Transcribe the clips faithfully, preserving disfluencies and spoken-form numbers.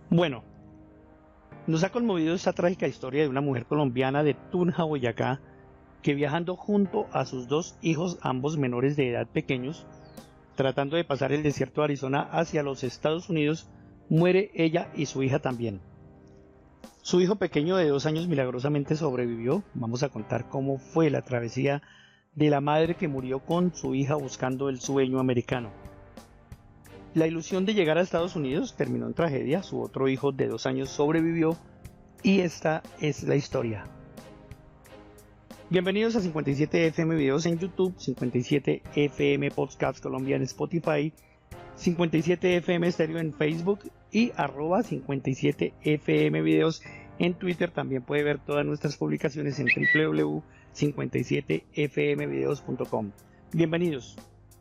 Bueno, nos ha conmovido esta trágica historia de una mujer colombiana de Tunja, Boyacá, que viajando junto a sus dos hijos, ambos menores de edad pequeños, tratando de pasar el desierto de Arizona hacia los Estados Unidos, muere ella y su hija también. Su hijo pequeño de dos años milagrosamente sobrevivió. Vamos a contar cómo fue la travesía de la madre que murió con su hija buscando el sueño americano. La ilusión de llegar a Estados Unidos terminó en tragedia. Su otro hijo de dos años sobrevivió y esta es la historia. Bienvenidos a cincuenta y siete F M Videos en YouTube, cincuenta y siete F M Podcast Colombia en Spotify, cincuenta y siete F M Stereo en Facebook y arroba cincuenta y siete F M Videos en Twitter. También puede ver todas nuestras publicaciones en w w w punto cincuenta y siete f m videos punto com. Bienvenidos.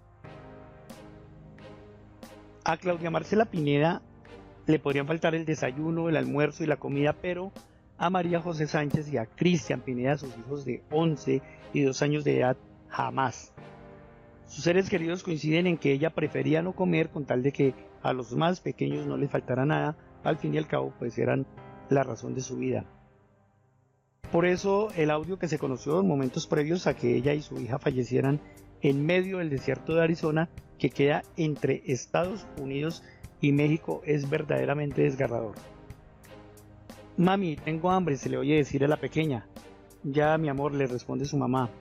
A Claudia Marcela Pineda le podrían faltar el desayuno, el almuerzo y la comida, pero a María José Sánchez y a Cristian Pineda, sus hijos de once y dos años de edad, jamás. Sus seres queridos coinciden en que ella prefería no comer con tal de que a los más pequeños no les faltara nada. Al fin y al cabo, pues eran la razón de su vida. Por eso el audio que se conoció en momentos previos a que ella y su hija fallecieran en medio del desierto de Arizona, que queda entre Estados Unidos y México, es verdaderamente desgarrador. Mami, tengo hambre, se le oye decir a la pequeña. Ya, mi amor, le responde su mamá.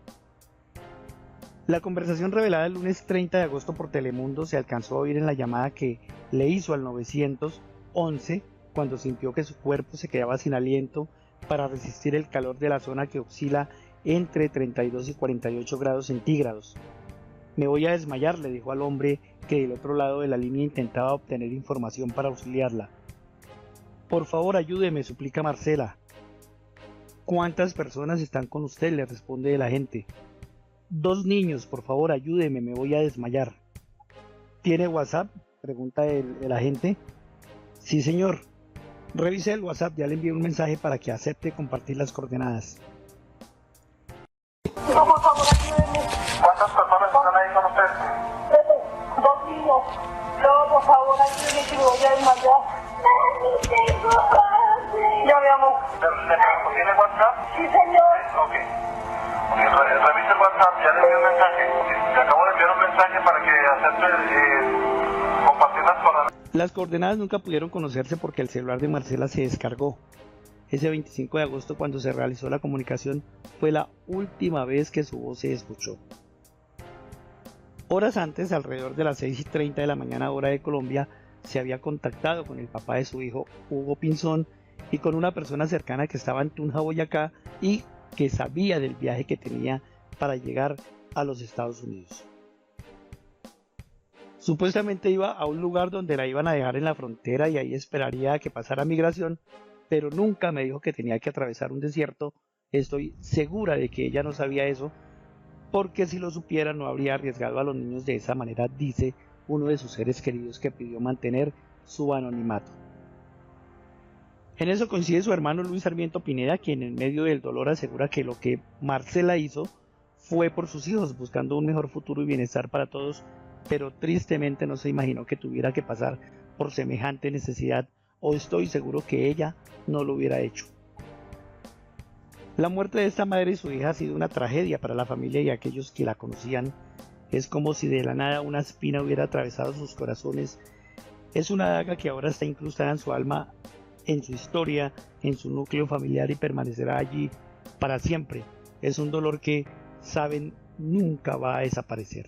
La conversación revelada el lunes treinta de agosto por Telemundo se alcanzó a oír en la llamada que le hizo al nueve once cuando sintió que su cuerpo se quedaba sin aliento para resistir el calor de la zona que oscila entre treinta y dos y cuarenta y ocho grados centígrados. Me voy a desmayar, le dijo al hombre que del otro lado de la línea intentaba obtener información para auxiliarla. Por favor, ayúdeme, suplica Marcela. ¿Cuántas personas están con usted?, le responde el agente. Dos niños, por favor, ayúdeme, me voy a desmayar. ¿Tiene WhatsApp?, pregunta el, el agente. Sí, señor. Revise el WhatsApp, ya le envié un mensaje para que acepte compartir las coordenadas. No, por favor, ayúdeme. ¿Cuántas personas están ahí con usted? Dos niños. No, por favor, ayúdeme que me voy a desmayar. Mami, tengo hambre. Ya, mi amor. ¿Le pregunto, ¿tiene WhatsApp? Sí, señor. Ok. okay re revise el WhatsApp, ya le envié un mensaje. Okay. Le acabo de enviar un mensaje para que acepte eh, compartir las coordenadas. Las coordenadas nunca pudieron conocerse porque el celular de Marcela se descargó. Ese veinticinco de agosto, cuando se realizó la comunicación, fue la última vez que su voz se escuchó. Horas antes, alrededor de las seis y treinta de la mañana hora de Colombia, se había contactado con el papá de su hijo, Hugo Pinzón, y con una persona cercana que estaba en Tunja, Boyacá, y que sabía del viaje que tenía para llegar a los Estados Unidos. Supuestamente iba a un lugar donde la iban a dejar en la frontera y ahí esperaría a que pasara migración, pero nunca me dijo que tenía que atravesar un desierto. Estoy segura de que ella no sabía eso, porque si lo supiera no habría arriesgado a los niños de esa manera, dice uno de sus seres queridos que pidió mantener su anonimato. En eso coincide su hermano Luis Sarmiento Pineda, quien en medio del dolor asegura que lo que Marcela hizo fue por sus hijos, buscando un mejor futuro y bienestar para todos, pero tristemente no se imaginó que tuviera que pasar por semejante necesidad, o estoy seguro que ella no lo hubiera hecho. La muerte de esta madre y su hija ha sido una tragedia para la familia y aquellos que la conocían. Es como si de la nada una espina hubiera atravesado sus corazones. Es una daga que ahora está incrustada en su alma, en su historia, en su núcleo familiar y permanecerá allí para siempre. Es un dolor que, saben, nunca va a desaparecer.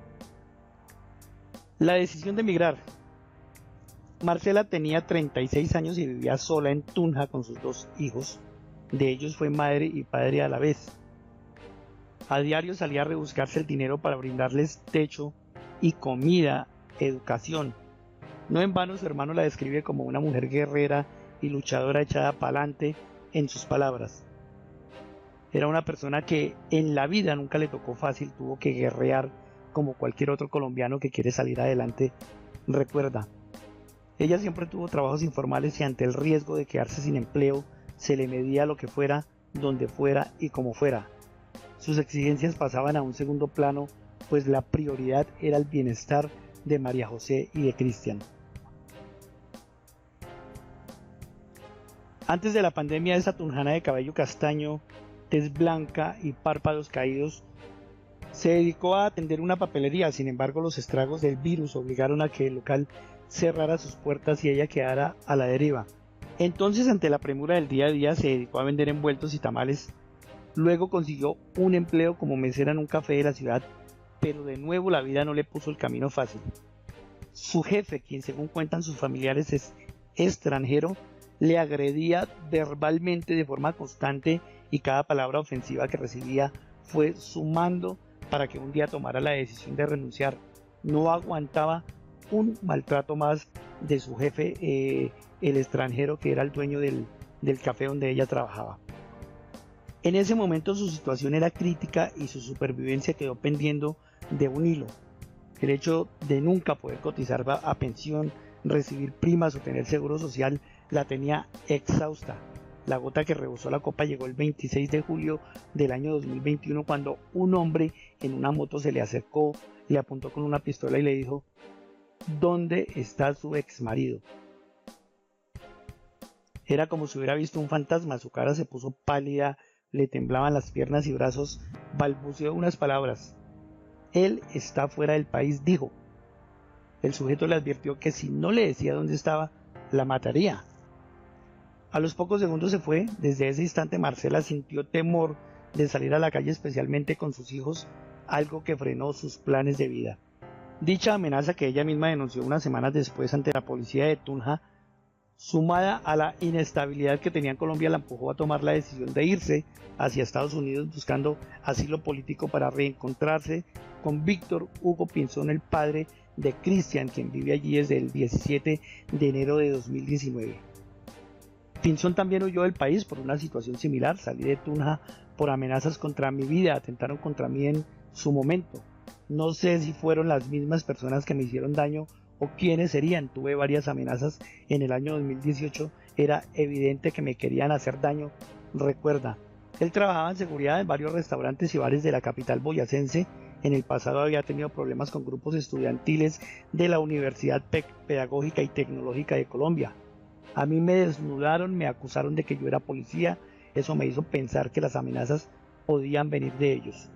La decisión de emigrar. Marcela tenía treinta y seis años y vivía sola en Tunja con sus dos hijos. De ellos fue madre y padre a la vez. A diario salía a rebuscarse el dinero para brindarles techo y comida, educación. No en vano su hermano la describe como una mujer guerrera y luchadora echada pa'lante en sus palabras. Era una persona que en la vida nunca le tocó fácil, tuvo que guerrear como cualquier otro colombiano que quiere salir adelante. Recuerda, ella siempre tuvo trabajos informales y ante el riesgo de quedarse sin empleo, se le medía lo que fuera, donde fuera y como fuera. Sus exigencias pasaban a un segundo plano, pues la prioridad era el bienestar de María José y de Cristian. Antes de la pandemia, esa tunjana de cabello castaño, tez blanca y párpados caídos se dedicó a atender una papelería. Sin embargo, los estragos del virus obligaron a que el local cerrara sus puertas y ella quedara a la deriva. Entonces, ante la premura del día a día, se dedicó a vender envueltos y tamales. Luego consiguió un empleo como mesera en un café de la ciudad, pero de nuevo la vida no le puso el camino fácil. Su jefe, quien según cuentan sus familiares es extranjero, le agredía verbalmente de forma constante y cada palabra ofensiva que recibía fue sumando para que un día tomara la decisión de renunciar. No aguantaba un maltrato más de su jefe, eh, el extranjero que era el dueño del, del café donde ella trabajaba. En ese momento su situación era crítica y su supervivencia quedó pendiendo de un hilo. El hecho de nunca poder cotizar a pensión, recibir primas o tener seguro social la tenía exhausta. La gota que rebosó la copa llegó el veintiséis de julio del año dos mil veintiuno, cuando un hombre en una moto se le acercó, le apuntó con una pistola y le dijo: ¿dónde está su ex marido? Era como si hubiera visto un fantasma. Su cara se puso pálida, le temblaban las piernas y brazos, balbuceó unas palabras. Él está fuera del país, dijo. El sujeto le advirtió que si no le decía dónde estaba, la mataría. A los pocos segundos se fue. Desde ese instante Marcela sintió temor de salir a la calle, especialmente con sus hijos, algo que frenó sus planes de vida. Dicha amenaza, que ella misma denunció unas semanas después ante la policía de Tunja, sumada a la inestabilidad que tenía en Colombia, la empujó a tomar la decisión de irse hacia Estados Unidos buscando asilo político para reencontrarse con Víctor Hugo Pinzón, el padre de Cristian, quien vive allí desde el diecisiete de enero de dos mil diecinueve. Pinzón también huyó del país por una situación similar. Salí de Tunja por amenazas contra mi vida, atentaron contra mí en su momento. No sé si fueron las mismas personas que me hicieron daño o quiénes serían. Tuve varias amenazas en el año dos mil dieciocho, era evidente que me querían hacer daño, recuerda. Él trabajaba en seguridad en varios restaurantes y bares de la capital boyacense. En el pasado había tenido problemas con grupos estudiantiles de la Universidad Pedagógica y Tecnológica de Colombia. A mí me desnudaron, me acusaron de que yo era policía. Eso me hizo pensar que las amenazas podían venir de ellos.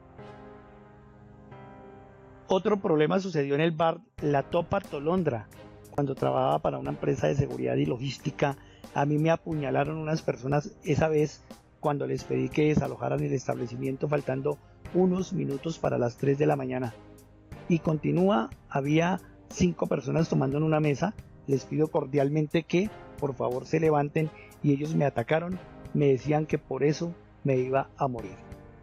Otro problema sucedió en el bar La Topa Tolondra. Cuando trabajaba para una empresa de seguridad y logística, a mí me apuñalaron unas personas esa vez cuando les pedí que desalojaran el establecimiento faltando unos minutos para las tres de la mañana. Y continúa, había cinco personas tomando en una mesa. Les pido cordialmente que por favor se levanten y ellos me atacaron, me decían que por eso me iba a morir.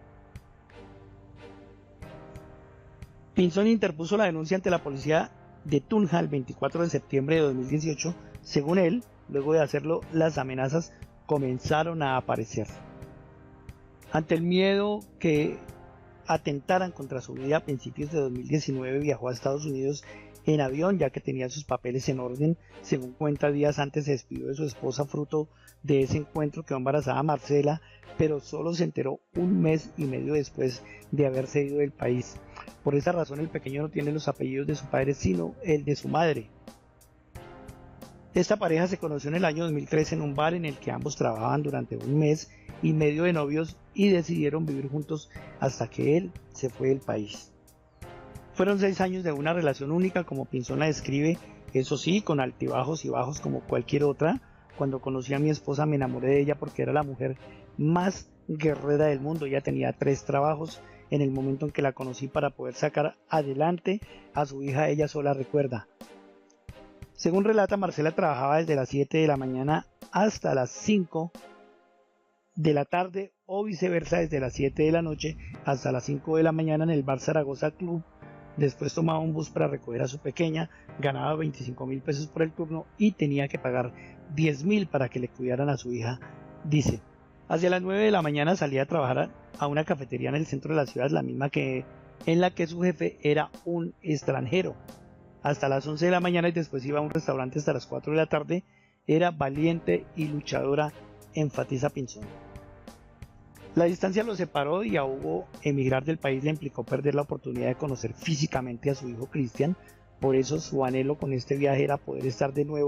Pinzón interpuso la denuncia ante la policía de Tunja el veinticuatro de septiembre de dos mil dieciocho. Según él, luego de hacerlo, las amenazas comenzaron a aparecer. Ante el miedo que atentaran contra su vida, a principios de dos mil diecinueve viajó a Estados Unidos en avión, ya que tenía sus papeles en orden. Según cuenta, días antes se despidió de su esposa fruto de ese encuentro, quedó embarazada Marcela, pero solo se enteró un mes y medio después de haberse ido del país. Por esa razón el pequeño no tiene los apellidos de su padre, sino el de su madre. Esta pareja se conoció en el año dos mil trece en un bar en el que ambos trabajaban durante un mes y medio de novios y decidieron vivir juntos hasta que él se fue del país. Fueron seis años de una relación única, como Pinzón la describe, eso sí, con altibajos y bajos como cualquier otra. Cuando conocí a mi esposa me enamoré de ella porque era la mujer más guerrera del mundo. Ella tenía tres trabajos en el momento en que la conocí para poder sacar adelante a su hija, ella sola, recuerda. Según relata, Marcela trabajaba desde las siete de la mañana hasta las cinco de la tarde o viceversa, desde las siete de la noche hasta las cinco de la mañana en el bar Zaragoza Club. Después tomaba un bus para recoger a su pequeña, ganaba veinticinco mil pesos por el turno y tenía que pagar diez mil para que le cuidaran a su hija, dice. Hacia las nueve de la mañana salía a trabajar a una cafetería en el centro de la ciudad, la misma que en la que su jefe era un extranjero. Hasta las once de la mañana y después iba a un restaurante hasta las cuatro de la tarde. Era valiente y luchadora, enfatiza Pinzón. La distancia los separó y a Hugo emigrar del país le implicó perder la oportunidad de conocer físicamente a su hijo Cristian. Por eso su anhelo con este viaje era poder estar de nuevo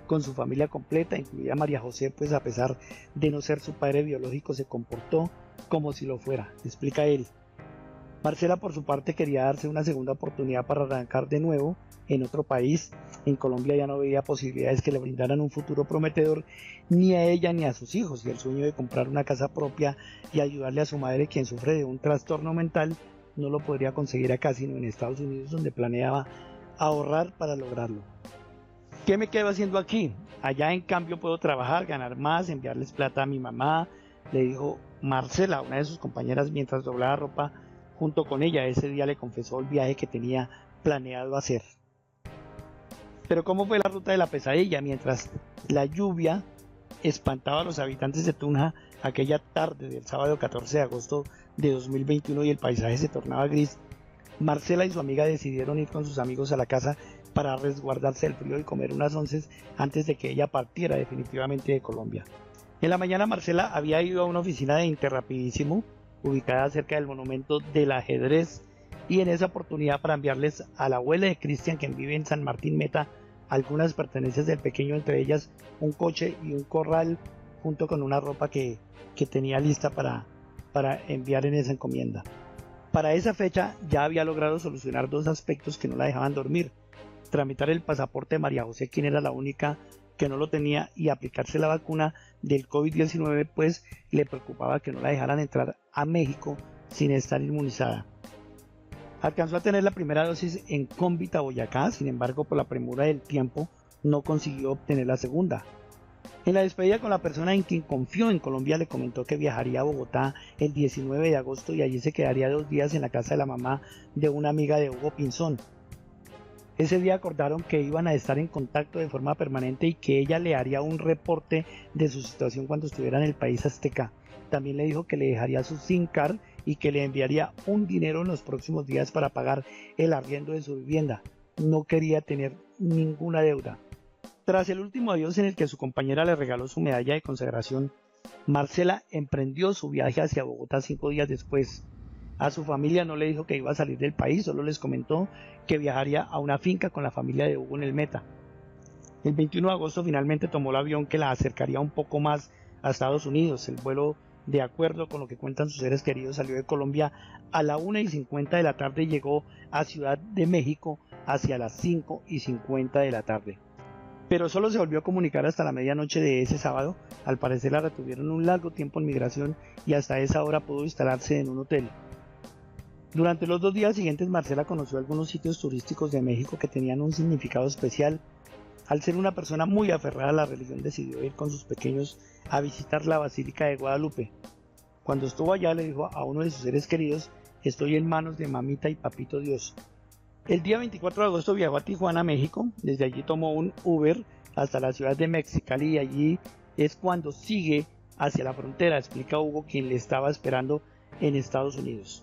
con su familia completa, incluida María José, pues a pesar de no ser su padre biológico se comportó como si lo fuera, explica él. Marcela por su parte quería darse una segunda oportunidad para arrancar de nuevo en otro país. En Colombia ya no veía posibilidades que le brindaran un futuro prometedor ni a ella ni a sus hijos, y el sueño de comprar una casa propia y ayudarle a su madre, quien sufre de un trastorno mental, no lo podría conseguir acá sino en Estados Unidos, donde planeaba ahorrar para lograrlo. ¿Qué me quedo haciendo aquí? Allá en cambio puedo trabajar, ganar más, enviarles plata a mi mamá, le dijo Marcela, una de sus compañeras, mientras doblaba ropa junto con ella. Ese día le confesó el viaje que tenía planeado hacer. Pero ¿cómo fue la ruta de la pesadilla? Mientras la lluvia espantaba a los habitantes de Tunja aquella tarde del sábado catorce de agosto de dos mil veintiuno y el paisaje se tornaba gris, Marcela y su amiga decidieron ir con sus amigos a la casa para resguardarse del frío y comer unas onces antes de que ella partiera definitivamente de Colombia. En la mañana Marcela había ido a una oficina de Interrapidísimo ubicada cerca del monumento del ajedrez, y en esa oportunidad para enviarles a la abuela de Cristian, quien vive en San Martín Meta, algunas pertenencias del pequeño, entre ellas un coche y un corral, junto con una ropa que, que tenía lista para, para enviar en esa encomienda. Para esa fecha ya había logrado solucionar dos aspectos que no la dejaban dormir: tramitar el pasaporte de María José, quien era la única que no lo tenía, y aplicarse la vacuna del COVID diecinueve, pues le preocupaba que no la dejaran entrar a México sin estar inmunizada. Alcanzó a tener la primera dosis en Cómbita, Boyacá, sin embargo por la premura del tiempo no consiguió obtener la segunda. En la despedida con la persona en quien confió en Colombia, le comentó que viajaría a Bogotá el diecinueve de agosto y allí se quedaría dos días en la casa de la mamá de una amiga de Hugo Pinzón. Ese día acordaron que iban a estar en contacto de forma permanente y que ella le haría un reporte de su situación cuando estuviera en el país azteca. También le dijo que le dejaría su SIM card y que le enviaría un dinero en los próximos días para pagar el arriendo de su vivienda. No quería tener ninguna deuda. Tras el último adiós en el que su compañera le regaló su medalla de consagración, Marcela emprendió su viaje hacia Bogotá cinco días después. A su familia no le dijo que iba a salir del país, solo les comentó que viajaría a una finca con la familia de Hugo en el Meta. El veintiuno de agosto finalmente tomó el avión que la acercaría un poco más a Estados Unidos. El vuelo, de acuerdo con lo que cuentan sus seres queridos, salió de Colombia a la una y cincuenta de la tarde y llegó a Ciudad de México hacia las cinco y cincuenta de la tarde. Pero solo se volvió a comunicar hasta la medianoche de ese sábado. Al parecer la retuvieron un largo tiempo en migración y hasta esa hora pudo instalarse en un hotel. Durante los dos días siguientes, Marcela conoció algunos sitios turísticos de México que tenían un significado especial. Al ser una persona muy aferrada a la religión, decidió ir con sus pequeños a visitar la Basílica de Guadalupe. Cuando estuvo allá, le dijo a uno de sus seres queridos: estoy en manos de mamita y papito Dios. El día veinticuatro de agosto viajó a Tijuana, México. Desde allí tomó un Uber hasta la ciudad de Mexicali y allí es cuando sigue hacia la frontera, explica Hugo, quien le estaba esperando en Estados Unidos.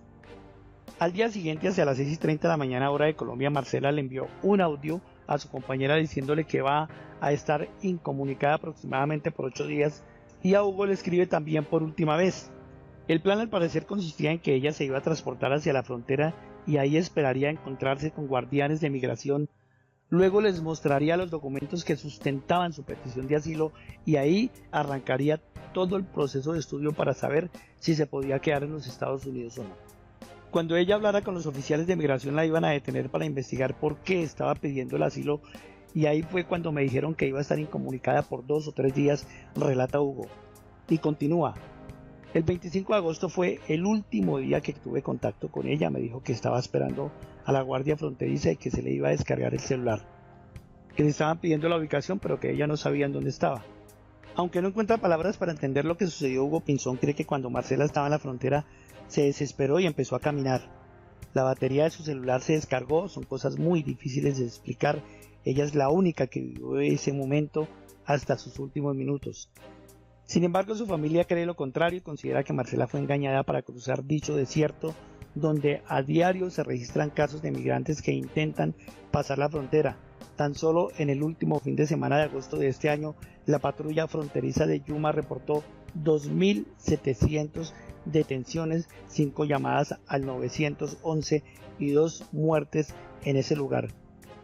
Al día siguiente, hacia las seis y treinta de la mañana hora de Colombia, Marcela le envió un audio a su compañera diciéndole que va a estar incomunicada aproximadamente por ocho días, y a Hugo le escribe también por última vez. El plan al parecer consistía en que ella se iba a transportar hacia la frontera y ahí esperaría encontrarse con guardianes de migración. Luego les mostraría los documentos que sustentaban su petición de asilo y ahí arrancaría todo el proceso de estudio para saber si se podía quedar en los Estados Unidos o no. Cuando ella hablara con los oficiales de migración, la iban a detener para investigar por qué estaba pidiendo el asilo, y ahí fue cuando me dijeron que iba a estar incomunicada por dos o tres días, relata Hugo. Y continúa: el veinticinco de agosto fue el último día que tuve contacto con ella. Me dijo que estaba esperando a la guardia fronteriza y que se le iba a descargar el celular, que le estaban pidiendo la ubicación pero que ella no sabía en dónde estaba. Aunque no encuentra palabras para entender lo que sucedió, Hugo Pinzón cree que cuando Marcela estaba en la frontera se desesperó y empezó a caminar. La batería de su celular se descargó. Son cosas muy difíciles de explicar. Ella es la única que vivió ese momento hasta sus últimos minutos. Sin embargo, su familia cree lo contrario y considera que Marcela fue engañada para cruzar dicho desierto, donde a diario se registran casos de migrantes que intentan pasar la frontera. Tan solo en el último fin de semana de agosto de este año, la patrulla fronteriza de Yuma reportó dos mil setecientas detenciones, cinco llamadas al nueve once y dos muertes en ese lugar.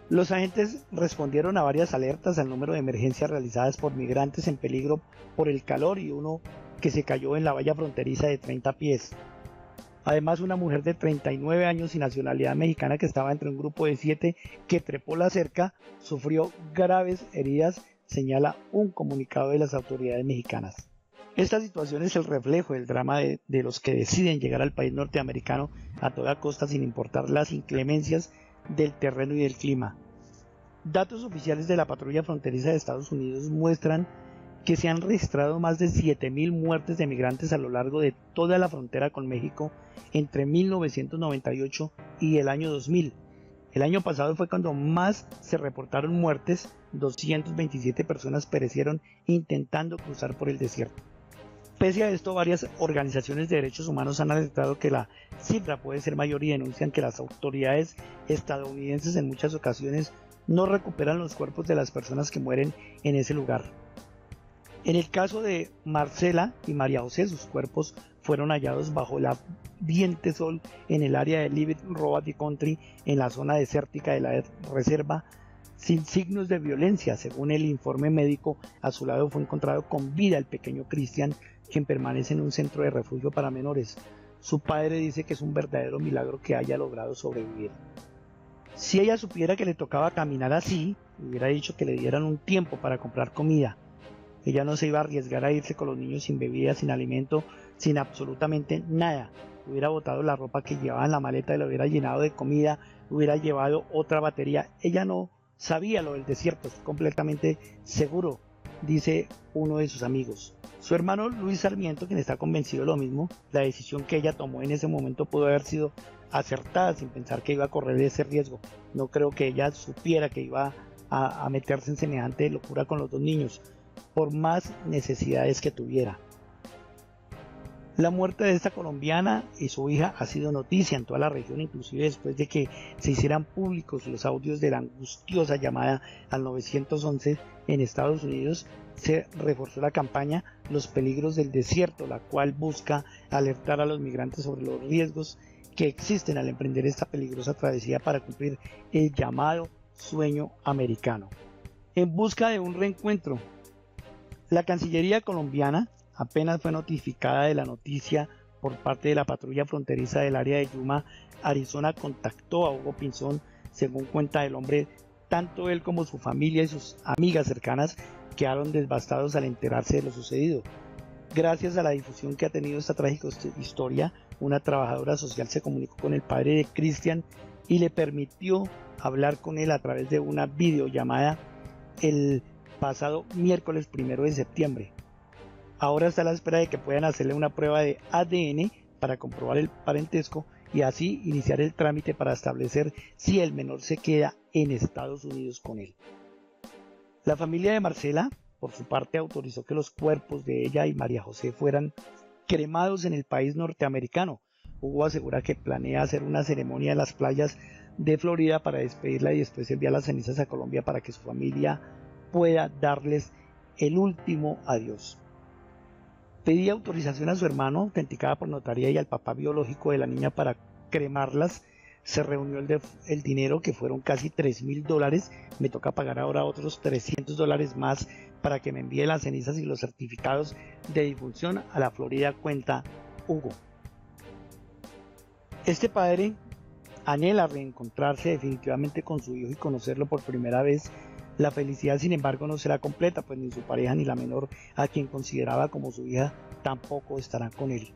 Los agentes respondieron a varias alertas al número de emergencias realizadas por migrantes en peligro por el calor y uno que se cayó en la valla fronteriza de treinta pies. Además, una mujer de treinta y nueve años y nacionalidad mexicana que estaba entre un grupo de siete que trepó la cerca sufrió graves heridas, señala un comunicado de las autoridades mexicanas. Esta situación es el reflejo del drama de, de los que deciden llegar al país norteamericano a toda costa sin importar las inclemencias del terreno y del clima. Datos oficiales de la patrulla fronteriza de Estados Unidos muestran que se han registrado más de siete mil muertes de migrantes a lo largo de toda la frontera con México entre mil novecientos noventa y ocho y el año dos mil. El año pasado fue cuando más se reportaron muertes, doscientas veintisiete personas perecieron intentando cruzar por el desierto. Pese a esto, varias organizaciones de derechos humanos han alertado que la cifra puede ser mayor y denuncian que las autoridades estadounidenses en muchas ocasiones no recuperan los cuerpos de las personas que mueren en ese lugar. En el caso de Marcela y María José, sus cuerpos fueron hallados bajo el ardiente sol en el área de Livet Road Country, en la zona desértica de la reserva, sin signos de violencia. Según el informe médico, a su lado fue encontrado con vida el pequeño Cristian, quien permanece en un centro de refugio para menores. Su padre dice que es un verdadero milagro que haya logrado sobrevivir. Si ella supiera que le tocaba caminar así, hubiera dicho que le dieran un tiempo para comprar comida. Ella no se iba a arriesgar a irse con los niños sin bebida, sin alimento, sin absolutamente nada. Hubiera botado la ropa que llevaba en la maleta y la hubiera llenado de comida, hubiera llevado otra batería. Ella no sabía lo del desierto, estoy completamente seguro, dice uno de sus amigos. Su hermano Luis Sarmiento, quien está convencido de lo mismo, la decisión que ella tomó en ese momento pudo haber sido acertada sin pensar que iba a correr ese riesgo. No creo que ella supiera que iba a, a meterse en semejante locura con los dos niños, por más necesidades que tuviera. La muerte de esta colombiana y su hija ha sido noticia en toda la región, inclusive después de que se hicieran públicos los audios de la angustiosa llamada al nueve once en Estados Unidos. Se reforzó la campaña Los peligros del desierto, la cual busca alertar a los migrantes sobre los riesgos que existen al emprender esta peligrosa travesía para cumplir el llamado sueño americano. En busca de un reencuentro, la Cancillería colombiana apenas fue notificada de la noticia por parte de la patrulla fronteriza del área de Yuma, Arizona, contactó a Hugo Pinzón. Según cuenta el hombre, tanto él como su familia y sus amigas cercanas quedaron devastados al enterarse de lo sucedido. Gracias a la difusión que ha tenido esta trágica historia, una trabajadora social se comunicó con el padre de Cristian y le permitió hablar con él a través de una videollamada el pasado miércoles primero de septiembre. Ahora está a la espera de que puedan hacerle una prueba de A D N para comprobar el parentesco y así iniciar el trámite para establecer si el menor se queda en Estados Unidos con él. La familia de Marcela, por su parte, autorizó que los cuerpos de ella y María José fueran cremados en el país norteamericano. Hugo asegura que planea hacer una ceremonia en las playas de Florida para despedirla y después enviar las cenizas a Colombia para que su familia pueda darles el último adiós. Pedía autorización a su hermano, autenticada por notaría, y al papá biológico de la niña para cremarlas. Se reunió el, de, el dinero, que fueron casi tres mil dólares. Me toca pagar ahora otros trescientos dólares más para que me envíe las cenizas y los certificados de difunción a la Florida, cuenta Hugo. Este padre anhela reencontrarse definitivamente con su hijo y conocerlo por primera vez. La felicidad, sin embargo, no será completa, pues ni su pareja ni la menor, a quien consideraba como su hija, tampoco estarán con él.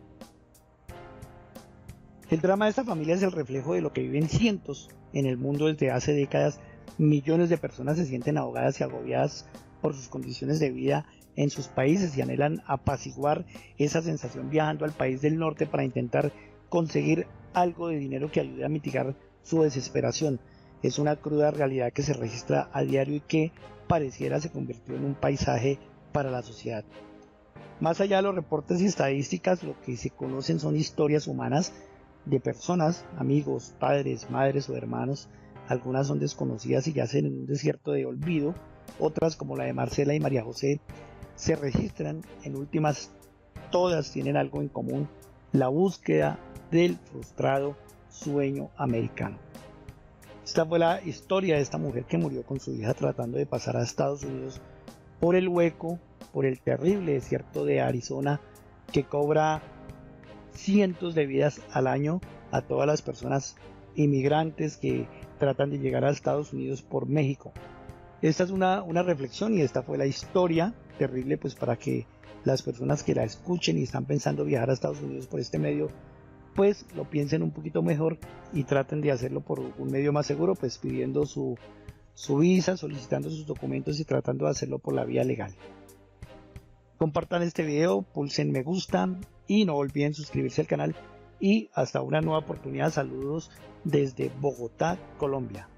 El drama de esta familia es el reflejo de lo que viven cientos en el mundo desde hace décadas. Millones de personas se sienten ahogadas y agobiadas por sus condiciones de vida en sus países y anhelan apaciguar esa sensación viajando al país del norte para intentar conseguir algo de dinero que ayude a mitigar su desesperación. Es una cruda realidad que se registra a diario y que pareciera se convirtió en un paisaje para la sociedad. Más allá de los reportes y estadísticas, lo que se conocen son historias humanas de personas, amigos, padres, madres o hermanos. Algunas son desconocidas y yacen en un desierto de olvido, otras, como la de Marcela y María José, se registran. En últimas, todas tienen algo en común: la búsqueda del frustrado sueño americano. Esta fue la historia de esta mujer que murió con su hija tratando de pasar a Estados Unidos por el hueco, por el terrible desierto de Arizona que cobra cientos de vidas al año a todas las personas inmigrantes que tratan de llegar a Estados Unidos por México. Esta es una, una reflexión y esta fue la historia terrible, pues para que las personas que la escuchen y están pensando viajar a Estados Unidos por este medio, pues lo piensen un poquito mejor y traten de hacerlo por un medio más seguro, pues pidiendo su, su visa, solicitando sus documentos y tratando de hacerlo por la vía legal. Compartan este video, pulsen me gusta y no olviden suscribirse al canal y hasta una nueva oportunidad. Saludos desde Bogotá, Colombia.